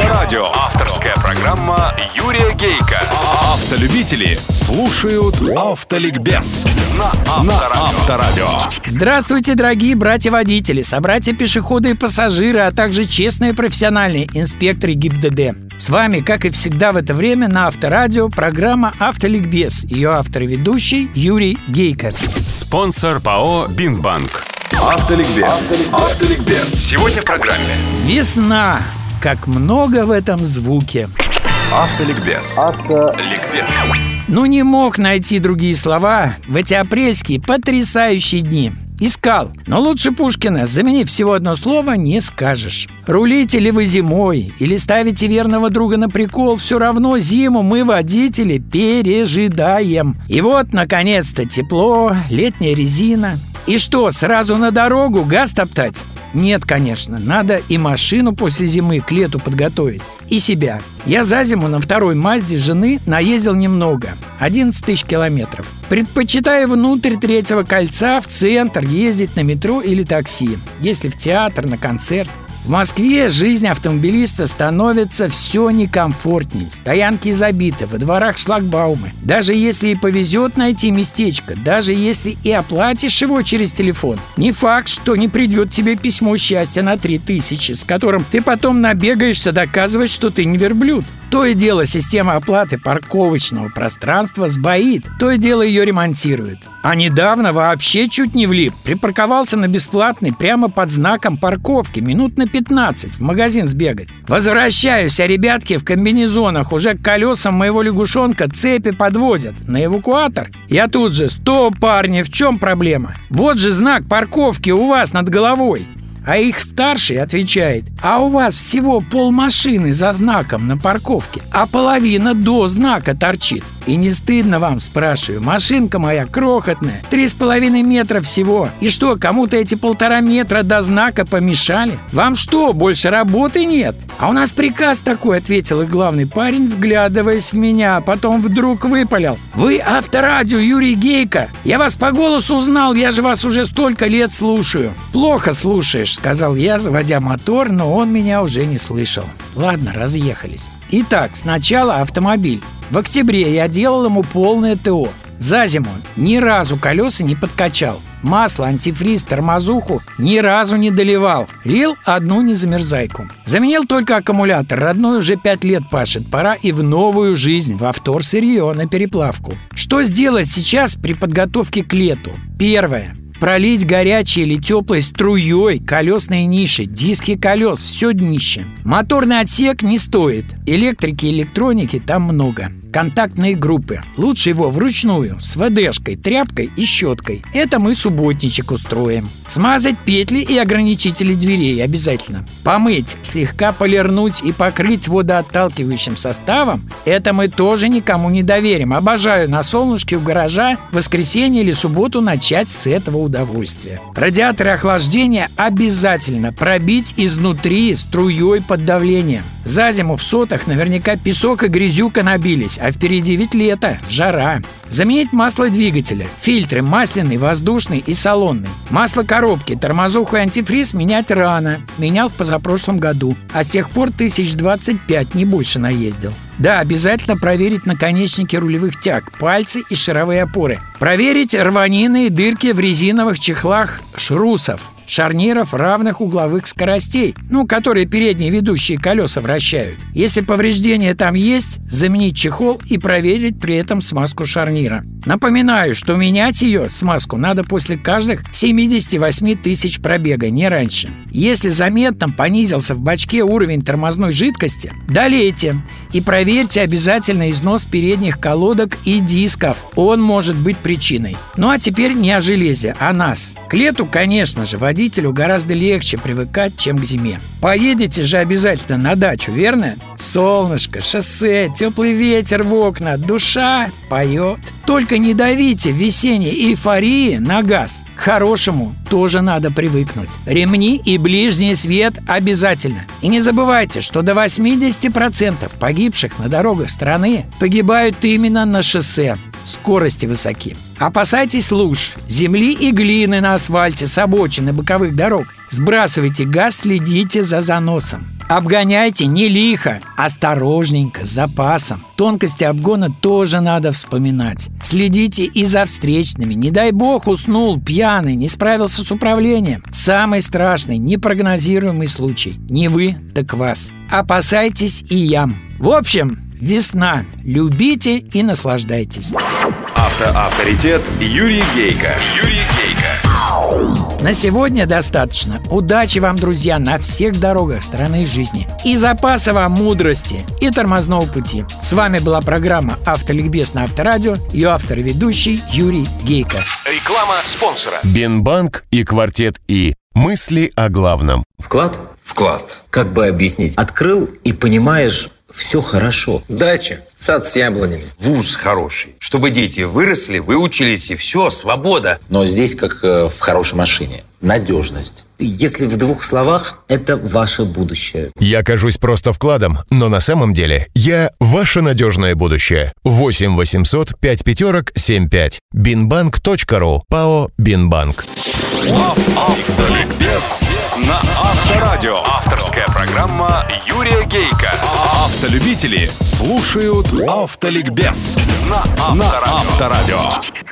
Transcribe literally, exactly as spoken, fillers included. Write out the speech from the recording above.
Авторадио. Авторская программа Юрия Гейка. Автолюбители слушают Автоликбез на Авторадио. Здравствуйте, дорогие братья-водители, собратья-пешеходы и пассажиры, а также честные профессиональные инспекторы ГИБДД. С вами, как и всегда в это время, на Авторадио программа «Автоликбез». Ее автор и ведущий Юрий Гейка. Спонсор ПАО «Бинбанк». Автоликбез. Автоликбез. Сегодня в программе Весна. Как много в этом звуке. Автоликбез. Автоликбез. Ну, не мог найти другие слова в эти апрельские потрясающие дни. Искал, но лучше Пушкина, заменив всего одно слово, не скажешь. Рулите ли вы зимой или ставите верного друга на прикол, все равно зиму мы, водители, пережидаем. И вот, наконец-то, тепло, летняя резина. И что, сразу на дорогу газ топтать? Нет, конечно, надо и машину после зимы к лету подготовить, и себя. Я за зиму на второй Мазде жены наездил немного, одиннадцать тысяч километров. Предпочитаю внутрь третьего кольца в центр ездить на метро или такси, если в театр, на концерт. В Москве жизнь автомобилиста становится все некомфортней. Стоянки забиты, во дворах шлагбаумы. Даже если и повезет найти местечко, даже если и оплатишь его через телефон, не факт, что не придет тебе письмо счастья на три тысячи, с которым ты потом набегаешься доказывать, что ты не верблюд. То и дело система оплаты парковочного пространства сбоит, то и дело ее ремонтируют. А недавно вообще чуть не влип. Припарковался на бесплатный прямо под знаком парковки, минут на пятнадцать, в магазин сбегать. Возвращаюсь, а ребятки в комбинезонах уже к колесам моего лягушонка цепи подводят. На эвакуатор. Я тут же: стоп, парни, в чем проблема? Вот же знак парковки у вас над головой. А их старший отвечает: а у вас всего полмашины за знаком на парковке, а половина до знака торчит. И не стыдно вам, спрашиваю? Машинка моя крохотная, три с половиной метра всего. И что, кому-то эти полтора метра до знака помешали? Вам что, больше работы нет? А у нас приказ такой, ответил и главный парень, вглядываясь в меня, а потом вдруг выпалил: вы Авторадио, Юрий Гейка. Я вас по голосу узнал, я же вас уже столько лет слушаю. Плохо слушаешь, сказал я, заводя мотор, но он меня уже не слышал. Ладно, разъехались. Итак, сначала автомобиль. В октябре я делал ему полное ТО. За зиму ни разу колеса не подкачал. Масло, антифриз, тормозуху ни разу не доливал. Лил одну незамерзайку. Заменил только аккумулятор. Родной уже пять лет пашет. Пора и в новую жизнь, во вторсырье, на переплавку. Что сделать сейчас при подготовке к лету? Первое. Пролить горячей или теплой струей колесные ниши, диски колес, все днище. Моторный отсек не стоит. Электрики и электроники там много. Контактные группы. Лучше его вручную, с ВДшкой, тряпкой и щеткой. Это мы субботничек устроим. Смазать петли и ограничители дверей обязательно. Помыть, слегка полирнуть и покрыть водоотталкивающим составом. Это мы тоже никому не доверим. Обожаю на солнышке у гаража в воскресенье или субботу начать с этого удовольствия. Радиаторы охлаждения обязательно пробить изнутри струей под давлением. За зиму в сотах наверняка песок и грязюка набились, а впереди ведь лето, жара. Заменить масло двигателя, фильтры масляный, воздушный и салонный. Масло коробки, тормозуху и антифриз менять рано. Менял в позапрошлом году, а с тех пор тысяч двадцать пять, не больше наездил. Да, обязательно проверить наконечники рулевых тяг, пальцы и шаровые опоры. Проверить рванины и дырки в резиновых чехлах шрусов. Шарниров равных угловых скоростей, ну, которые передние ведущие колеса вращают. Если повреждения там есть, заменить чехол и проверить при этом смазку шарнира. Напоминаю, что менять ее, смазку, надо после каждых семидесяти восьми тысяч пробега, не раньше. Если заметно понизился в бачке уровень тормозной жидкости, долейте и проверьте обязательно износ передних колодок и дисков. Он может быть причиной. Ну а теперь не о железе, а нас. К лету, конечно же, водителю гораздо легче привыкать, чем к зиме. Поедете же обязательно на дачу, верно? Солнышко, шоссе, теплый ветер в окна, душа поет. Только не давите в весенней эйфории на газ. К хорошему тоже надо привыкнуть. Ремни и ближний свет обязательно. И не забывайте, что до восьмидесяти процентов погибших на дорогах страны погибают именно на шоссе. Скорости высоки. Опасайтесь луж, земли и глины на асфальте с обочин и боковых дорог. Сбрасывайте газ, следите за заносом. Обгоняйте не лихо, осторожненько, с запасом. Тонкости обгона тоже надо вспоминать. Следите и за встречными. Не дай бог уснул пьяный, не справился с управлением. Самый страшный, непрогнозируемый случай. Не вы, так вас. Опасайтесь и ям. В общем, весна. Любите и наслаждайтесь. Автоавторитет Юрий Гейко. Юрий Гейко. На сегодня достаточно. Удачи вам, друзья, на всех дорогах страны жизни. И запаса вам мудрости и тормозного пути. С вами была программа «Автоликбез» на Авторадио. Ее автор и ведущий Юрий Гейко. Реклама спонсора. Бинбанк и Квартет И. Мысли о главном. Вклад? Вклад. Как бы объяснить? Открыл и понимаешь, все хорошо. Дача, сад с яблонями, вуз хороший. Чтобы дети выросли, выучились и все, свобода. Но здесь, как э, в хорошей машине, надежность. Если в двух словах, это ваше будущее. Я кажусь просто вкладом, но на самом деле я ваше надежное будущее. восемь восемьсот пять пятерок семь пять. бинбанк точка ру. ПАО «Бинбанк». Автоликбез на Авторадио. Авторская программа Юрия Гейко. Автолюбители слушают Автоликбез на Авторадио.